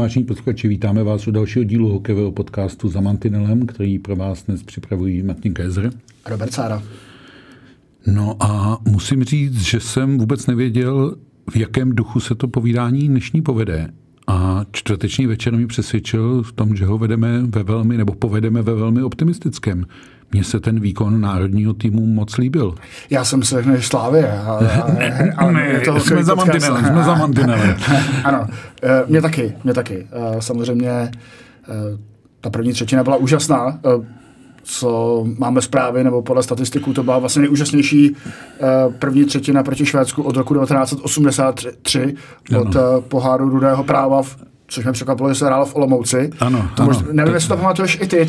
vážení posluchači, vítáme vás u dalšího dílu hokejového podcastu Za mantinelem, který pro vás dnes připravují Martin Kézer a Robert Sára. No a musím říct, že jsem vůbec nevěděl, v jakém duchu se to povídání dnešní povede. A čtvrteční večer mě přesvědčil v tom, že ho povedeme ve velmi optimistickém. Mně se ten výkon národního týmu moc líbil. Já jsem se řekl, že Slávě. Jsme za mantinelem. Ano, mě taky. Samozřejmě ta první třetina byla úžasná. Co máme zprávy, nebo podle statistiků, to byla vlastně nejúžasnější první třetina proti Švédsku od roku 1983 od poháru Rudého práva, což mě překvapilo, že se hrálo v Olomouci. Ano. Nevím, jestli to pamatuješ i ty.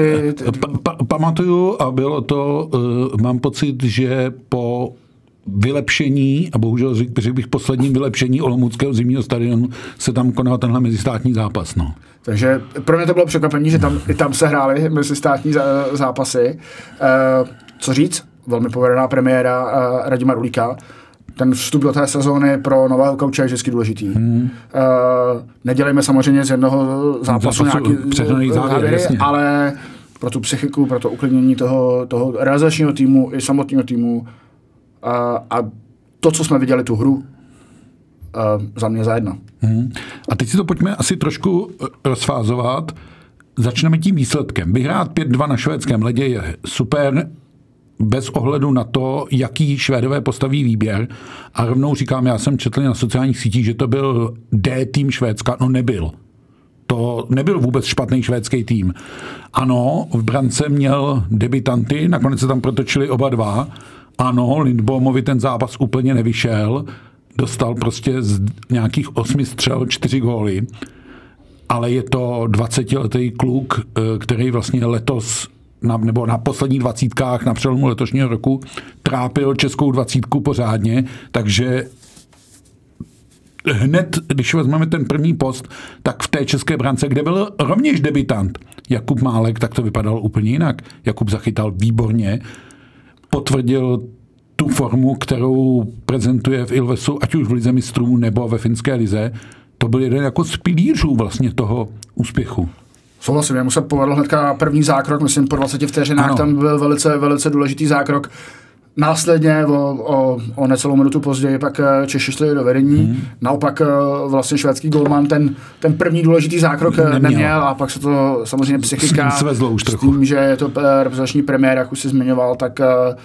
Pamatuju a bylo to, mám pocit, že po vylepšení, a bohužel řekl bych posledním vylepšení Olomouckého zimního stadionu, se tam konal tenhle mezistátní zápas. No. Takže pro mě to bylo překvapení, že tam se hrály mezistátní zápasy. Co říct? Velmi povedená premiéra Radima Rulíka. Ten vstup do té sezóny pro nového kouče je vždycky důležitý. Nedělejme samozřejmě z jednoho zápasu nějaký závěry, ale pro tu psychiku, pro to uklidnění toho realizačního týmu i samotného týmu a to, co jsme viděli tu hru, za mě za jedno. A teď si to pojďme asi trošku rozfázovat. Začneme tím výsledkem. Vyhrát 5-2 na švédském ledě je super, bez ohledu na to, jaký Švédové postaví výběr. A rovnou říkám, já jsem četl na sociálních sítích, že to byl D tým Švédska. No nebyl. To nebyl vůbec špatný švédský tým. Ano, v brance měl debutanty, nakonec se tam protočili oba dva. Ano, Lindbomovi ten zápas úplně nevyšel. Dostal prostě z nějakých 8 střel 4 góly. Ale je to 20letý kluk, který vlastně letos nebo na posledních 20 na přelomu letošního roku trápil českou 20 pořádně, takže hned, když vezmeme ten první post, tak v té české brance, kde byl rovněž debutant Jakub Málek, tak to vypadalo úplně jinak. Jakub zachytal výborně, potvrdil tu formu, kterou prezentuje v Ilvesu, ať už v lize mistrů nebo ve finské lize. To byl jeden jako z pilířů vlastně toho úspěchu. Souhlasím, jemu se povedl hnedka první zákrok, myslím po 20 vteřinách, tam byl velice, velice důležitý zákrok. Následně o necelou minutu později pak Češi šli do vedení. Naopak vlastně švédský golman ten první důležitý zákrok neměl a pak se to samozřejmě psychika s tím, že je to reprezentační premiér, jak už si zmiňoval, tak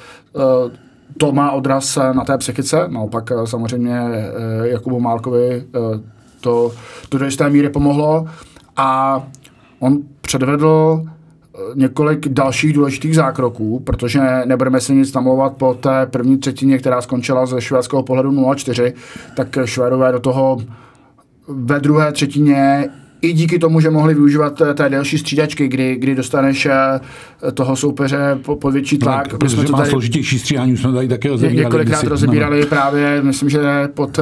to má odraz na té psychice. Naopak samozřejmě Jakubu Málkovi to do jisté míry pomohlo a on předvedl několik dalších důležitých zákroků, protože nebudeme si nic namlouvat po té první třetině, která skončila ze švédského pohledu 0-4, tak Švédové do toho ve druhé třetině i díky tomu, že mohli využívat té delší střídačky, kdy dostaneš toho soupeře pod větší tlak. No, protože má složitější střídání, už jsme tady taky rozebírali. Několikrát rozebírali právě, myslím, že pod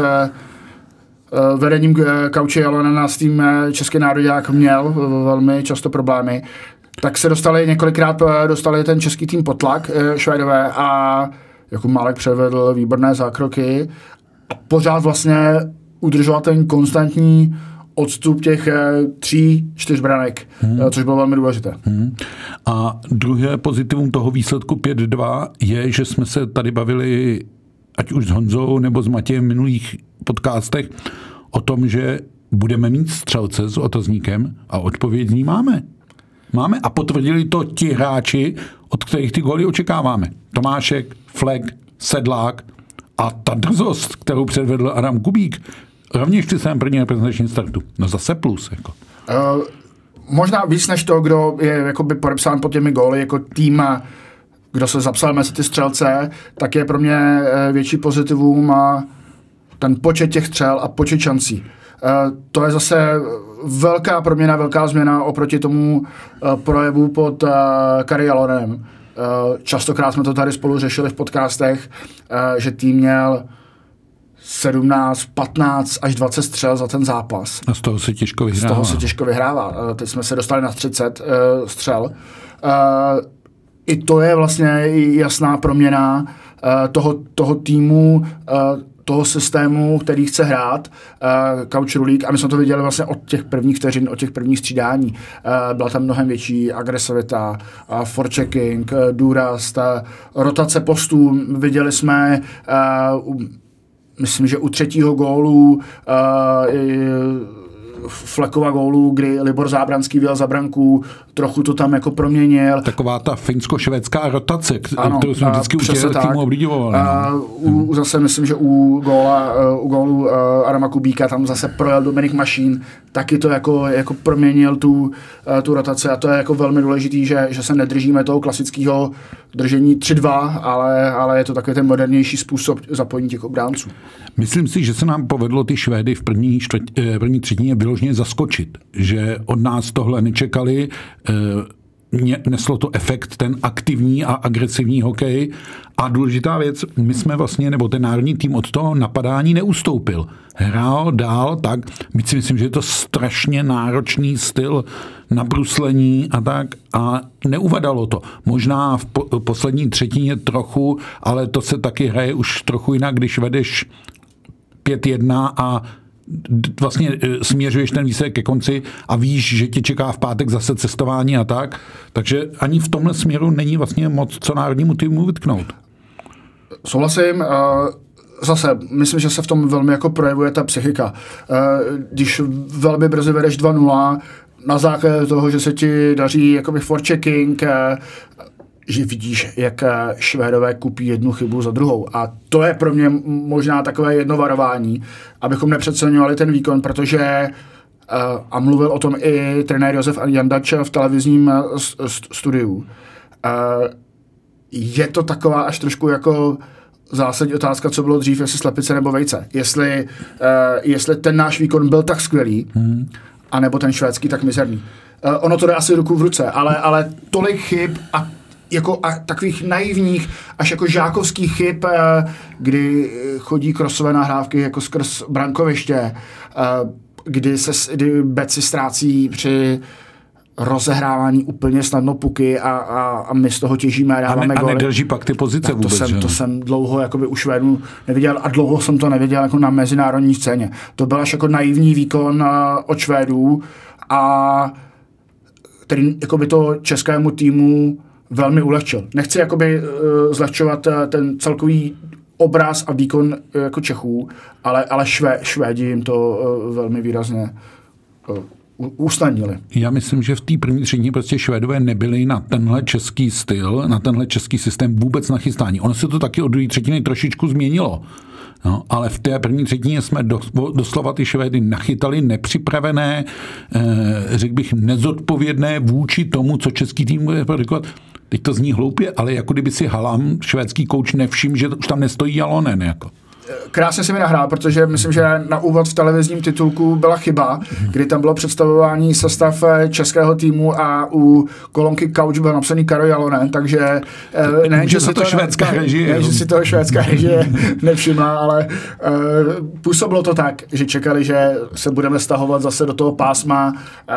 vedením Kauče Jalonena s tím český národák měl velmi často problémy. Tak se dostali ten český tým pod tlak, Švédové, a Jakub Málek předvedl výborné zákroky a pořád vlastně udržoval ten konstantní odstup těch 3-4 branek, což bylo velmi důležité. A druhé pozitivum toho výsledku 5-2 je, že jsme se tady bavili ať už s Honzou nebo s Matějem v minulých podcastech o tom, že budeme mít střelce s otazníkem a odpověď z ní máme. Máme a potvrdili to ti hráči, od kterých ty góly očekáváme. Tomášek, Flek, Sedlák a ta drzost, kterou předvedl Adam Kubík, rovněž při svém prvním reprezentačním startu. No zase plus. Jako. Možná víc než to, kdo je jakoby podepsán pod těmi góly jako tým, kdo se zapsal mezi ty střelce, tak je pro mě větší pozitivum a ten počet těch střel a počet šancí. To je zase velká proměna, velká změna oproti tomu projevu pod Kari Jalonenem. Častokrát jsme to tady spolu řešili v podcastech, že tým měl 17, 15 až 20 střel za ten zápas. A z toho se těžko vyhrává. Teď jsme se dostali na 30 střel. I to je vlastně jasná proměna toho týmu, toho systému, který chce hrát, Couch Rulík, a my jsme to viděli vlastně od těch prvních vteřin, od těch prvních střídání. Byla tam mnohem větší agresivita, forechecking, důraz, rotace postů. Viděli jsme, myslím, že u 3. gólu Flekova gólu, kdy Libor Zábranský vyjel za branku, trochu to tam jako proměnil. Taková ta finsko-švédská rotace, kterou jsme vždycky u těch týmů obdivovali. Zase myslím, že u gólu Adama Kubíka tam zase projel Dominik Mašín, taky to jako proměnil tu rotaci, a to je jako velmi důležitý, že se nedržíme toho klasického držení 3-2, ale je to takový ten modernější způsob zapojení těch obránců. Myslím si, že se nám povedlo ty Švédy v první třetině vyloženě zaskočit, že od nás tohle nečekali, neslo to efekt, ten aktivní a agresivní hokej. A důležitá věc, my jsme vlastně, nebo ten národní tým od toho napadání neustoupil. Hrál dál tak, my si myslím, že je to strašně náročný styl na bruslení a tak, a neuvadalo to. Možná v poslední třetině trochu, ale to se taky hraje už trochu jinak, když vedeš 5-1 a vlastně směřuješ ten výsledek ke konci a víš, že tě čeká v pátek zase cestování a tak. Takže ani v tomhle směru není vlastně moc co národnímu týmu vytknout. Souhlasím. Zase, myslím, že se v tom velmi jako projevuje ta psychika. Když velmi brzy vedeš 2-0, na základě toho, že se ti daří jakoby forechecking, že vidíš, jak Švédové kupí jednu chybu za druhou. A to je pro mě možná takové jedno varování, abychom nepřeceňovali ten výkon, protože a mluvil o tom i trenér Josef Jandač v televizním studiu. Je to taková až trošku jako zásadní otázka, co bylo dřív, jestli slepice nebo vejce. Jestli ten náš výkon byl tak skvělý, anebo ten švédský tak mizerný. Ono to jde asi ruku v ruce, ale tolik chyb a takových naivních, až jako žákovských chyb, kdy chodí krosové nahrávky jako skrz brankoviště, kdy beci ztrácí při rozehrávání úplně snadno puky a my z toho těžíme a dáváme góly. A nedrží pak ty pozice vůbec. To jsem dlouho jakoby u Švédů neviděl a dlouho jsem to neviděl jako na mezinárodní scéně. To byl až jako naivní výkon od Švédů, a který jakoby to českému týmu velmi ulehčil. Nechci jakoby zlehčovat ten celkový obraz a výkon jako Čechů, ale Švédi jim to velmi výrazně usnadnili. Já myslím, že v té první třetině prostě Švédové nebyli na tenhle český styl, na tenhle český systém vůbec nachystání. Ono se to taky od druhé třetiny trošičku změnilo. No, ale v té první třetině jsme doslova ty Švédy nachytali nepřipravené, řekl bych nezodpovědné vůči tomu, co český tým bude produkovat. Teď to zní hloupě, ale jako kdyby si Halam, švédský kouč, nevšiml, že už tam nestojí Jalonen. Jako. Krásně si mi nahrál, protože myslím, že na úvod v televizním titulku byla chyba, kdy tam bylo představování sestav českého týmu a u kolonky Couch byl napsaný Karo Jalonen, takže ne, že si to švédská režie. Ne, že si toho švédská režie nevšimla, ale působilo to tak, že čekali, že se budeme stahovat zase do toho pásma,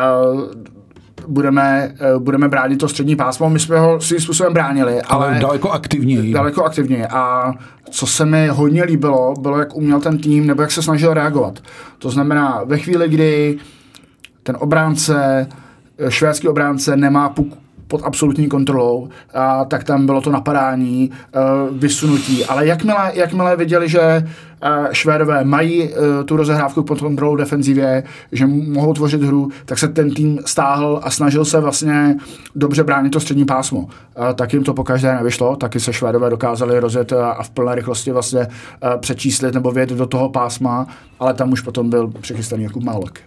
budeme bránit to střední pásmo. My jsme ho svým způsobem bránili. Ale daleko aktivněji. Daleko aktivněji. A co se mi hodně líbilo, bylo, jak uměl ten tým, nebo jak se snažil reagovat. To znamená, ve chvíli, kdy ten obránce, švédský obránce nemá puk pod absolutní kontrolou, tak tam bylo to napadání, vysunutí. Ale jakmile viděli, že Švédové mají tu rozehrávku pod kontrolou defenzivě, že mohou tvořit hru, tak se ten tým stáhl a snažil se vlastně dobře bránit to střední pásmo. Tak jim to pokaždé nevyšlo, taky se Švédové dokázali rozjet a v plné rychlosti vlastně přečíslit nebo vjet do toho pásma, ale tam už potom byl přichystaný Jakub Málek.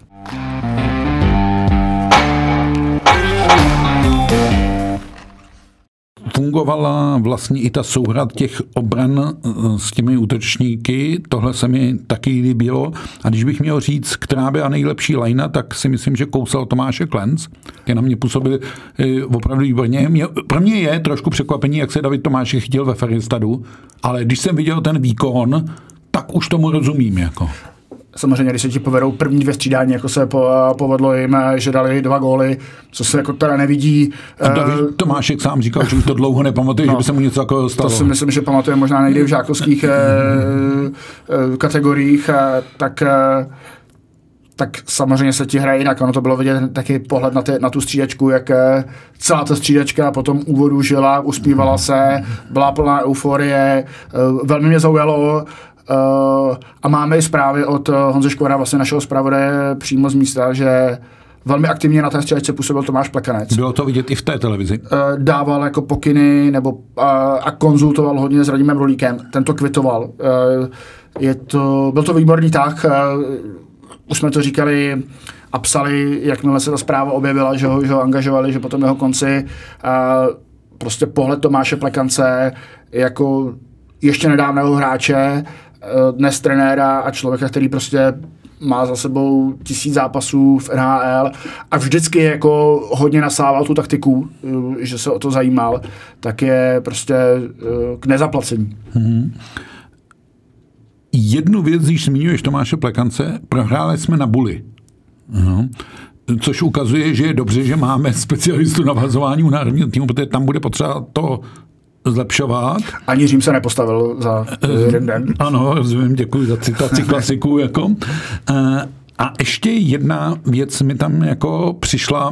Fungovala vlastně i ta souhra těch obran s těmi útočníky, tohle se mi taky líbilo. A když bych měl říct, která byla nejlepší lajna, tak si myslím, že kousal Tomáše Klenc, který na mě působil opravdu výborně. Pro mě je trošku překvapení, jak se David Tomášek chytil ve Färjestadu, ale když jsem viděl ten výkon, tak už tomu rozumím. Jako. samozřejmě, když se ti povedou první 2 střídání, jako se povedlo jim, že dali 2 góly, co se jako teda nevidí. A David Tomášek sám říkal, že už to dlouho nepamatuje, že by se mu něco takového stalo. To si myslím, že pamatuje možná někdy v žákovských kategoriích, tak samozřejmě se ti hraje jinak. Ono to bylo vidět taky pohled na tu střídačku, jak celá ta střídačka po tom úvodu žila, uspívala se, byla plná euforie, velmi mě zaujalo. A máme i zprávy od Honzy Škvora, vlastně našeho zpravodaje přímo z místa, že velmi aktivně na té střídačce působil Tomáš Plekanec. Bylo to vidět i v té televizi. Dával jako pokyny a konzultoval hodně s Radimem Rulíkem. Ten to kvitoval. Byl to výborný tah. Už jsme to říkali a psali, jakmile se ta zpráva objevila, že ho angažovali, že potom jeho konci prostě pohled Tomáše Plekance jako ještě nedávného hráče, dnes trenéra a člověka, který prostě má za sebou 1000 zápasů v NHL a vždycky jako hodně nasával tu taktiku, že se o to zajímal, tak je prostě k nezaplacení. Jednu věc, když zmiňuješ Tomáše Plekance, prohráli jsme na Bulli. Což ukazuje, že je dobře, že máme specialistu na vhazování u národního týmu, protože tam bude potřeba to zlepšovat. Ani Řím se nepostavil za jeden den. Ano, rozumím, děkuji za citaci klasiků. Jako. A ještě jedna věc mi tam jako přišla,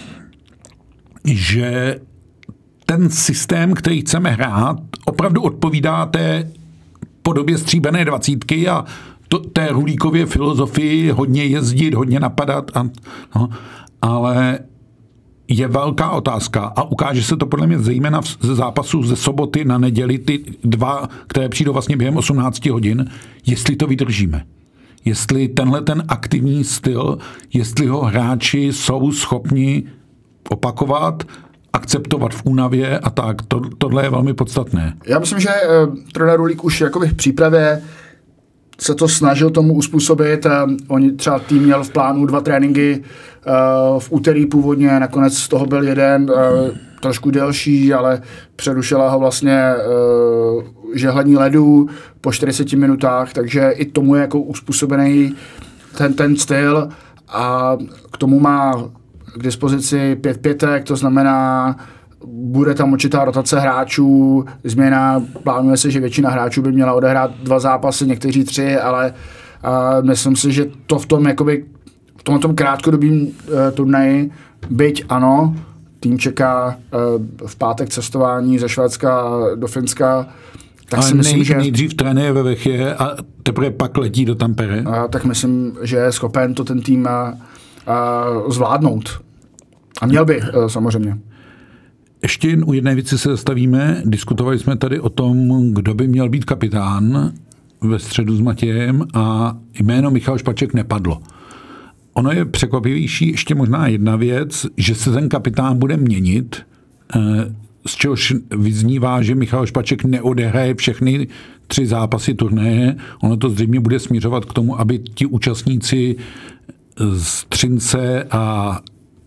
že ten systém, který chceme hrát, opravdu odpovídá té podobě stříbrné 20 a té Rulíkově filozofii hodně jezdit, hodně napadat. Ale je velká otázka a ukáže se to podle mě zejména ze zápasů ze soboty na neděli, ty 2, které přijdou vlastně během 18 hodin, jestli to vydržíme. Jestli tenhle ten aktivní styl, jestli ho hráči jsou schopni opakovat, akceptovat v únavě a tak. Tohle je velmi podstatné. Já myslím, že trenér Rulík už jakoby v přípravě se to snažil tomu uspůsobit. Oni třeba tým měl v plánu 2 tréninky v úterý původně, nakonec z toho byl jeden trošku delší, ale přerušila ho vlastně žehlení ledu po 40 minutách, takže i tomu je jako uspůsobený ten styl a k tomu má k dispozici 5 pětek, to znamená, bude tam určitá rotace hráčů, změna, plánuje se, že většina hráčů by měla odehrát 2 zápasy, někteří 3, ale myslím si, že to v tom jakoby, v tomto krátkodobým turnaji, byť ano, tým čeká v pátek cestování ze Švédska do Finska, tak ale si myslím, že nejdřív trénuje ve Vechě a teprve pak letí do Tampere. Tak myslím, že je schopen to ten tým zvládnout. A měl by, samozřejmě. Ještě jen u jedné věci se zastavíme. Diskutovali jsme tady o tom, kdo by měl být kapitán ve středu s Matějem a jméno Michal Špaček nepadlo. Ono je překvapivější ještě možná jedna věc, že se ten kapitán bude měnit, z čehož vyznívá, že Michal Špaček neodehraje všechny 3 zápasy turnaje. Ono to zřejmě bude směřovat k tomu, aby ti účastníci z Třince a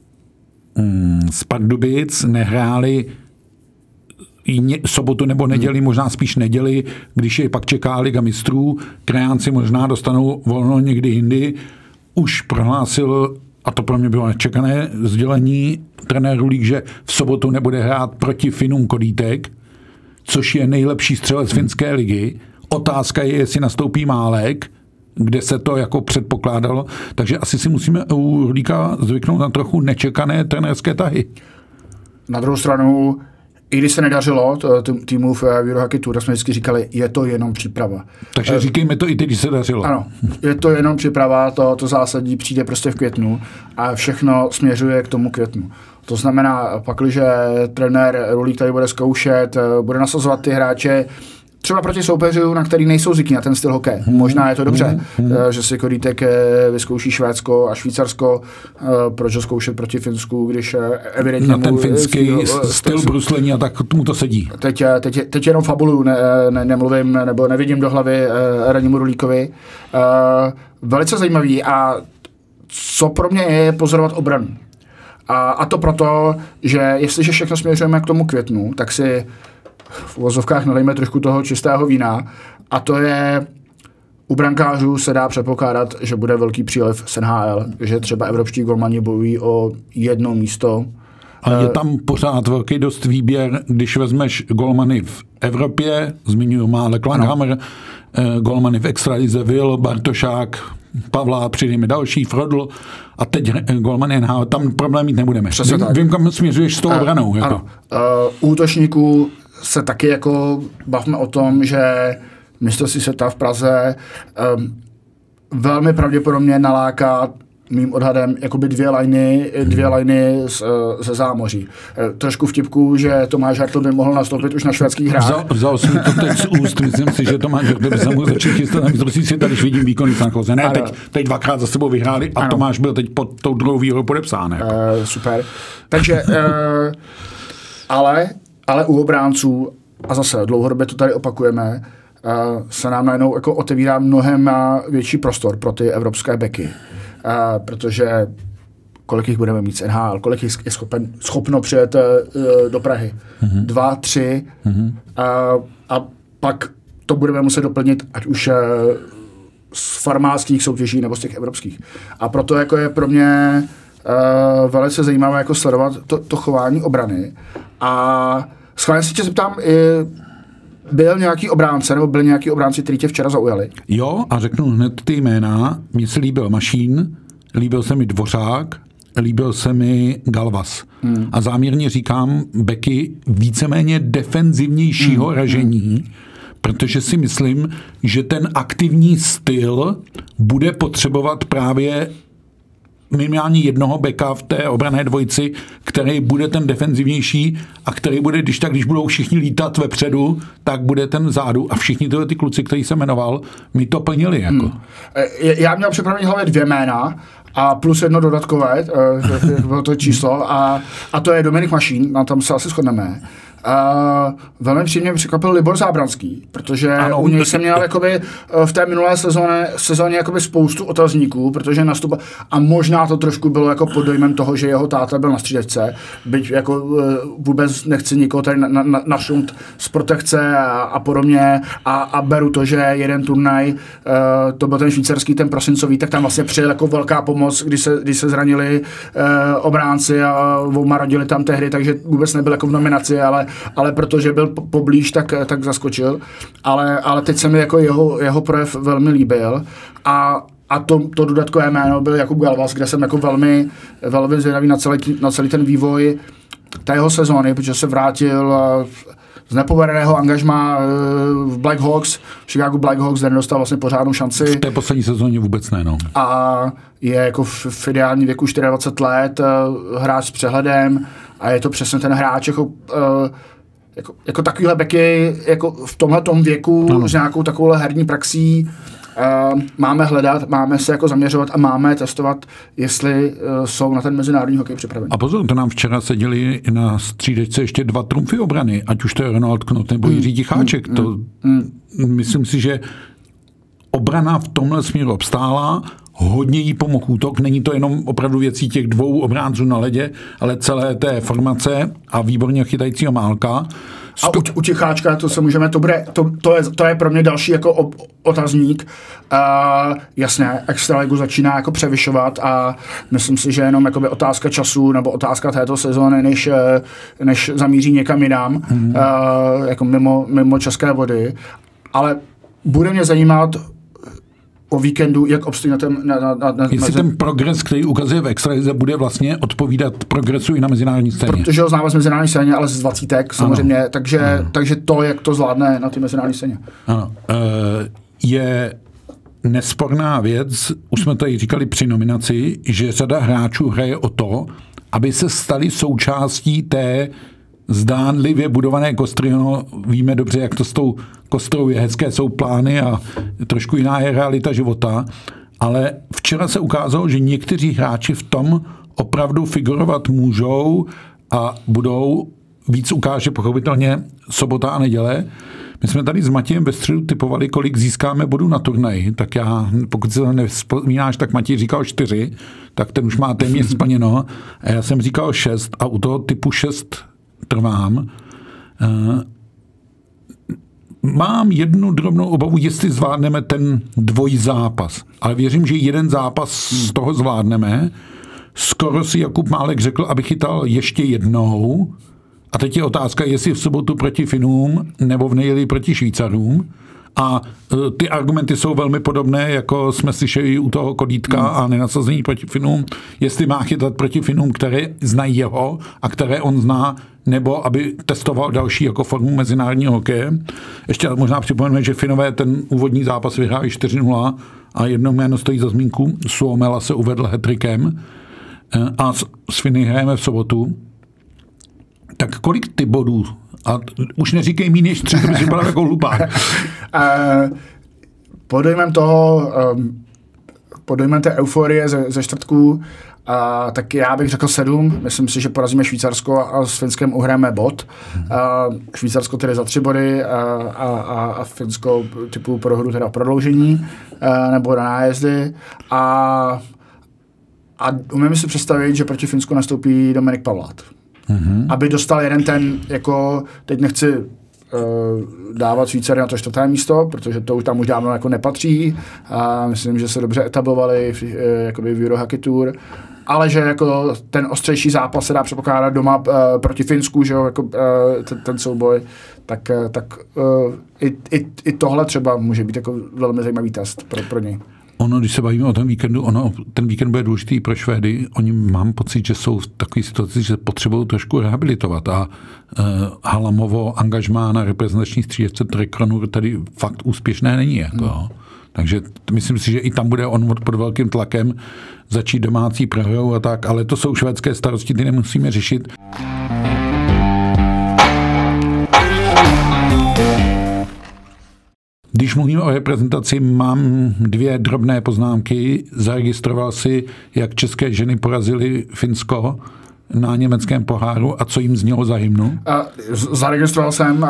z Pardubic nehráli sobotu nebo neděli, možná spíš neděli, když je pak čeká Liga mistrů. Krajánci možná dostanou volno někdy jindy. Už prohlásil, a to pro mě bylo nečekané sdělení, trenér Rulík, že v sobotu nebude hrát proti Finům Kodítek, což je nejlepší střelec finské ligy. Otázka je, jestli nastoupí Málek, kde se to jako předpokládalo. Takže asi si musíme u Rulíka zvyknout na trochu nečekané trenérské tahy. Na druhou stranu, i když se nedařilo týmu v Eurohockey Tour, jsme vždycky říkali, je to jenom příprava. Takže říkejme to i teď, když se dařilo. Ano, je to jenom příprava, to zásadní přijde prostě v květnu a všechno směřuje k tomu květnu. To znamená, pakliže trenér Rulík tady bude zkoušet, bude nasazovat ty hráče, třeba proti soupeřům, na který nejsou zvyklí na ten styl hokeje. Možná je to dobře, že si Kodítek vyzkouší Švédsko a Švýcarsko, proč ho zkoušet proti Finsku, když evidentně na ten finský styl bruslení a tak mu to sedí. Teď jenom fabuluju, nemluvím nebo nevidím do hlavy Radimu Rulíkovi. Velice zajímavý a co pro mě je pozorovat obranu. A to proto, že jestliže všechno směřujeme k tomu květnu, tak si v uvozovkách nalejme trošku toho čistého vína a to je U brankářů se dá předpokládat, že bude velký přílev z NHL, že třeba evropští golmani bojují o jedno místo. Ale je tam pořád velký dost výběr, když vezmeš golmany v Evropě, zmiňuji Málek Langhammer, golmany v extralize, Will, Bartošák, Pavla, přidejme další, Frodl a teď golmany NHL, tam problém mít nebudeme. Vím, kam směřuješ s tou obranou. Jako. Ano. Útočníků se taky jako bavme o tom, že mistrovství světa v Praze velmi pravděpodobně naláká mým odhadem jakoby dvě liny ze zámoří. Trošku vtipku, že Tomáš Hartl by mohl nastoupit už na švédských hrách. Vzal jsem to teď z úst, myslím si, že Tomáš Hartl by se mohl začít chystat na mistrovství světa, když vidím výkony v San Jose. Ne, teď dvakrát za sebou vyhráli a ano. Tomáš byl teď pod tou druhou výhrou podepsán. Jako. Super. Takže, ale u obránců, a zase dlouhodobě to tady opakujeme, se nám najednou jako otevírá mnohem větší prostor pro ty evropské beky. Protože kolik jich budeme mít z NHL, kolik jich je schopno přijet do Prahy. 2, 3 a pak to budeme muset doplnit, ať už z farmářských soutěží nebo z těch evropských. A proto jako je pro mě velice zajímavé jako sledovat to chování obrany. A schválně si tě zeptám, byl nějaký obránce, nebo byli nějaký obránci, kteří tě včera zaujali? Jo, a řeknu hned ty jména. Mně se líbil Mašín, líbil se mi Dvořák, líbil se mi Galvas. A záměrně říkám beky víceméně defenzivnějšího ražení, protože si myslím, že ten aktivní styl bude potřebovat právě minimálně jednoho beka v té obranné dvojici, který bude ten defenzivnější a který bude, když budou všichni lítat vepředu, tak bude ten vzadu a všichni ty kluci, který jsem jmenoval, mi to plnili. Jako. Já měl připravený hlavně 2 jména a plus jedno dodatkové, bylo to číslo, a to je Dominik Mašín, na tom se asi shodneme. Velmi příjemně překvapil Libor Zábranský, protože ano, u něj jsem měl jakoby, v té minulé sezóně jakoby spoustu otazníků, protože nastupoval a možná to trošku bylo jako pod dojmem toho, že jeho táta byl na střídačce, byť jako vůbec nechci nikoho tady našunt z protekce a podobně a beru to, že jeden turnaj, to byl ten švýcarský, ten prosincový, tak tam vlastně přijel jako velká pomoc, když se zranili obránci a rodili tam tehdy, takže vůbec nebyl jako v nominaci, ale protože byl poblíž, tak zaskočil. Ale teď se mi jako jeho projev velmi líbil. A to dodatkové jméno byl Jakub Galvas, kde jsem jako velmi zvědavý na celý ten vývoj té jeho sezóny, protože se vrátil z nepovedeného angažmá v Blackhawks, v Chicago Blackhawks, kde nedostal vlastně pořádnou šanci. V té poslední sezóně vůbec ne, no. A je jako v ideální věku 24 let, hráč s přehledem a je to přesně ten hráč jako takovýhle beky jako v tomhletom věku s nějakou takovouhle herní praxí máme hledat, máme se jako zaměřovat a máme testovat, jestli jsou na ten mezinárodní hokej připraveni. A pozor, to nám včera seděli na střídačce ještě 2 trumfy obrany, ať už to je Ronald Knot nebo Jiří Ticháček. Myslím si, že obrana v tomhle směru obstála, hodně jí pomohl útok, není to jenom opravdu věcí těch 2 obránců na ledě, ale celé té formace a výborně chytajícího Málka. A u Ticháčka to se můžeme, to je pro mě další jako otazník. Jasně, extraligu začíná jako převyšovat a myslím si, že jenom jakoby otázka času nebo otázka této sezóny, než zamíří někam jinam, jako mimo české vody. Ale bude mě zajímat o víkendu, jak obstojí jestli ten progres, který ukazuje v extralize, bude vlastně odpovídat progresu i na mezinárodní scéně. Protože ho známe z mezinárodní scéně, ale z 20, samozřejmě. Takže to, jak to zvládne na té mezinárodní scéně. Ano. Je nesporná věc, už jsme tady říkali při nominaci, že řada hráčů hraje o to, aby se stali součástí té zdánlivě budované kostry. No, víme dobře, jak to s tou kostrou je, hezké jsou plány a trošku jiná je realita života, ale včera se ukázalo, že někteří hráči v tom opravdu figurovat můžou a budou, víc ukáže pochopitelně sobota a neděle. My jsme tady s Matějem ve středu typovali, kolik získáme bodů na turnaji, tak já, pokud se to nevzpomínáš, tak Matěj říkal 4, tak ten už má téměř splněno a já jsem říkal 6 a u toho typu 6 trvám. mám jednu drobnou obavu, jestli zvládneme ten dvojzápas. Ale věřím, že jeden zápas z toho zvládneme. Skoro si Jakub Málek řekl, aby chytal ještě jednou. A teď je otázka, jestli v sobotu proti Finům nebo v neděli proti Švýcarům. A ty argumenty jsou velmi podobné, jako jsme slyšeli u toho Kodítka a nenasazení proti Finům. Jestli má chytat proti Finům, které znají jeho a které on zná, nebo aby testoval další jako formu mezinárodního hokeje. Ještě možná připomeneme, že Finové ten úvodní zápas vyhráli 4-0 a jedno jméno stojí za zmínku. Suomela se uvedl hat-trickem a s Finy hrajeme v sobotu. Tak kolik ty bodů? A už neříkej méně než 3, to by si byl jako hlupák. Pod dojmem té euforie ze čtvrtku, tak já bych řekl 7. Myslím si, že porazíme Švýcarsko a s Finskem uhrajeme bod. Švýcarsko tedy za 3 body a Finsko typu prohru teda v prodloužení nebo na nájezdy. A umím si představit, že proti Finsku nastoupí Dominik Pavlát. Aby dostal jeden ten, jako teď nechci dávat Švýcary na to 4. místo, protože to už tam už dávno jako nepatří a myslím, že se dobře etablovali jakoby v Eurohockey Tour, ale že jako ten ostřejší zápas se dá předpokládat doma proti Finsku, že jo, jako ten souboj, tak i tohle třeba může být jako velmi zajímavý test pro něj. Ono, když se bavíme o tom víkendu, ten víkend bude důležitý pro Švédy. Oni mám pocit, že jsou v takové situaci, že potřebují trošku rehabilitovat a Halamovo angažmá na reprezentační střídečce Trekronur tady fakt úspěšné není. Jako. Takže myslím si, že i tam bude on pod velkým tlakem začít domácí prohrou a tak, ale to jsou švédské starosti, ty nemusíme řešit. Když mluvíme o reprezentaci, mám 2 drobné poznámky. Zaregistroval si, jak české ženy porazily Finsko na německém poháru a co jim znělo za hymnu? Zaregistroval jsem.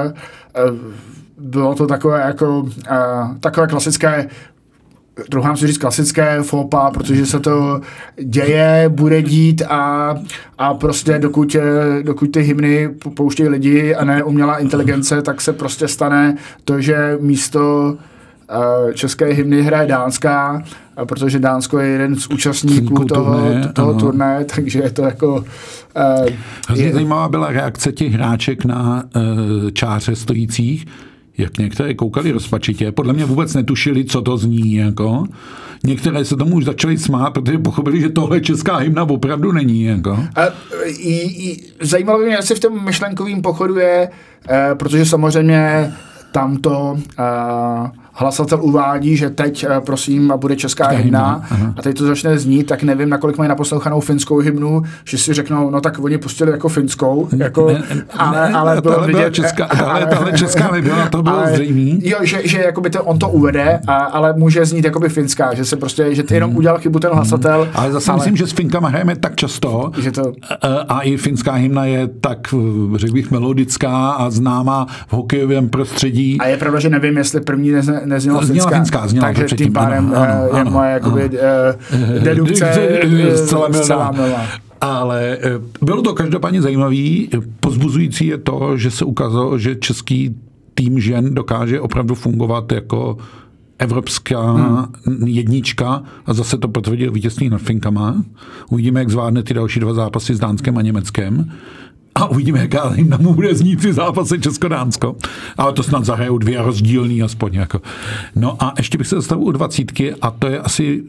Bylo to takové takové klasické, troufám si říct klasické fópa, protože se to děje, bude dít a prostě dokud ty hymny pouštějí lidi a ne umělá inteligence, tak se prostě stane to, že místo české hymny hraje dánská, protože Dánsko je jeden z účastníků toho turné, takže je to jako... Zajímavá byla reakce těch hráček na čáře stojících, jak některé koukali rozpačitě, podle mě vůbec netušili, co to zní. Jako. Některé se tomu už začali smát, protože pochopili, že tohle česká hymna opravdu není. Jako. Zajímavé mě asi v tom myšlenkovém pochodu je, protože samozřejmě tamto hlasatel uvádí, že teď, prosím, bude česká hymna a teď to začne znít, tak nevím, nakolik mají naposlouchanou finskou hymnu, že si řeknou, no tak oni pustili jako finskou, jako, ale bylo vidět... Tahle česká nebyla, to bylo zřejmý. Jo, že jakoby on to uvede, ale může znít jakoby finská, že se prostě, že ty jenom udělal chybu ten hlasatel. Ale zase myslím, že s Finkama hrajeme tak často že to... a i finská hymna je tak, řekl bych, melodická a známá v hokejovém prostředí. A je pravda, že nevím, jestli první nezněla finská, takže tím pádem je moje jakoby dedukce zcela milá. Ale bylo to každopádně zajímavý. Pozbuzující je to, že se ukázalo, že český tým žen dokáže opravdu fungovat jako evropská jednička a zase to potvrdil vítězství nad Finkama. Uvidíme, jak zvládne ty další 2 zápasy s Dánskem a Německem. A uvidíme, jaká hymna mu bude znít při zápase Česko-Dánsko. Ale to snad zahrajou 2 rozdílný aspoň. Jako. No a ještě bych se zastavil u 20 a to je asi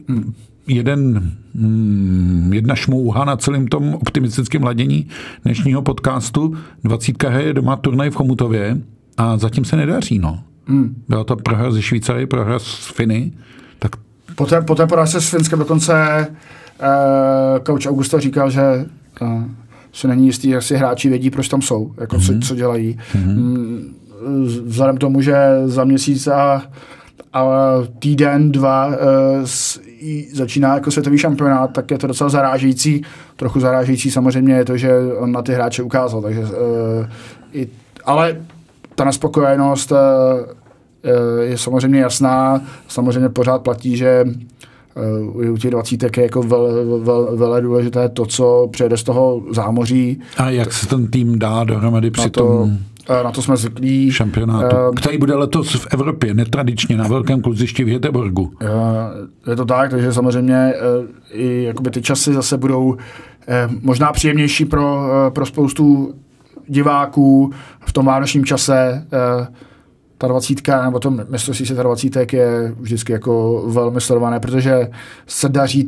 jedna šmouha na celém tom optimistickém ladění dnešního podcastu. 20 hraje doma turnaj v Chomutově a zatím se nedaří. No. Byla to prohra ze Švýcary, prohra s Finy. Tak... Po té porážce s Finskem dokonce coach Augusto říkal, že se není jistý, jak si hráči vědí, proč tam jsou, jako co dělají. Vzhledem k tomu, že za měsíc a týden, 2 začíná jako světový šampionát, tak je to docela zarážející. Trochu zarážející samozřejmě je to, že on na ty hráče ukázal. Takže, ale ta nespokojenost je samozřejmě jasná. Samozřejmě pořád platí, že u těch 20 je jako velmi důležité to, co přijede z toho zámoří. A jak se ten tým dá dohromady při tom? na to jsme zvyklí. Šampionátu, který bude letos v Evropě, netradičně, na velkém kluzišti v Göteborgu. Je to tak, takže samozřejmě i jakoby ty časy zase budou možná příjemnější pro spoustu diváků v tom vánočním čase. Ta 20, nebo to mistrovství světa 20 je vždycky jako velmi sledované, protože se daří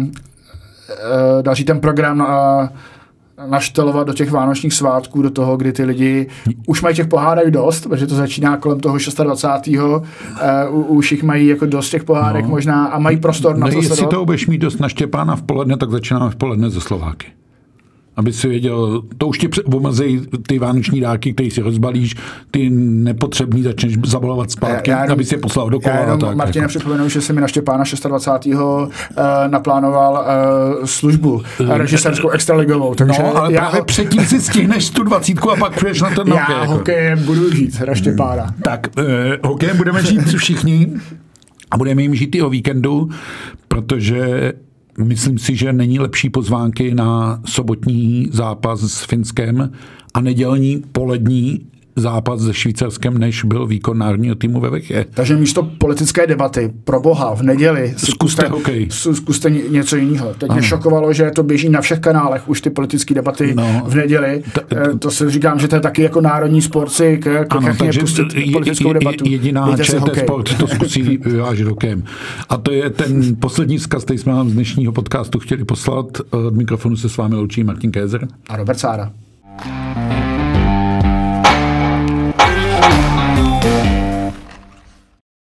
ten program naštelovat do těch vánočních svátků, do toho, kdy ty lidi už mají těch pohádek dost, protože to začíná kolem toho 26. Už jich mají jako dost těch pohádek možná a mají prostor na to sledovat. Jestli to budeš mít dost na Štěpána v poledne, tak začínáme v poledne ze Slováky. Aby si věděl, to už ti omezejí ty vánoční dárky, které si rozbalíš, ty nepotřebný začneš zabalovat zpátky, aby si je poslal dokola. Já jenom, Martina, připomenu, že si mi na Štěpána 26. Naplánoval službu režisérskou extraligovou. Takže ale právě předtím si stihneš tu 20 a pak půjdeš na ten hokej. Já hokejem budu žít na Štěpána. Tak, hokejem budeme žít všichni a budeme jim žít i o víkendu, protože myslím si, že není lepší pozvánky na sobotní zápas s Finskem a nedělní polední zápas se Švýcarskem, než byl výkon národního týmu ve Vechě. Takže místo politické debaty, pro boha, v neděli zkuste něco jiného. Teď mě šokovalo, že to běží na všech kanálech, už ty politické debaty v neděli. To si říkám, že to je taky jako národní sport si pustit politickou debatu. Jediná ČT Sport to zkusí vyvážit hokejem. A to je ten poslední vzkaz, který jsme vám z dnešního podcastu chtěli poslat. Od mikrofonu se s vámi loučí Martin Kézer a Robert Sára.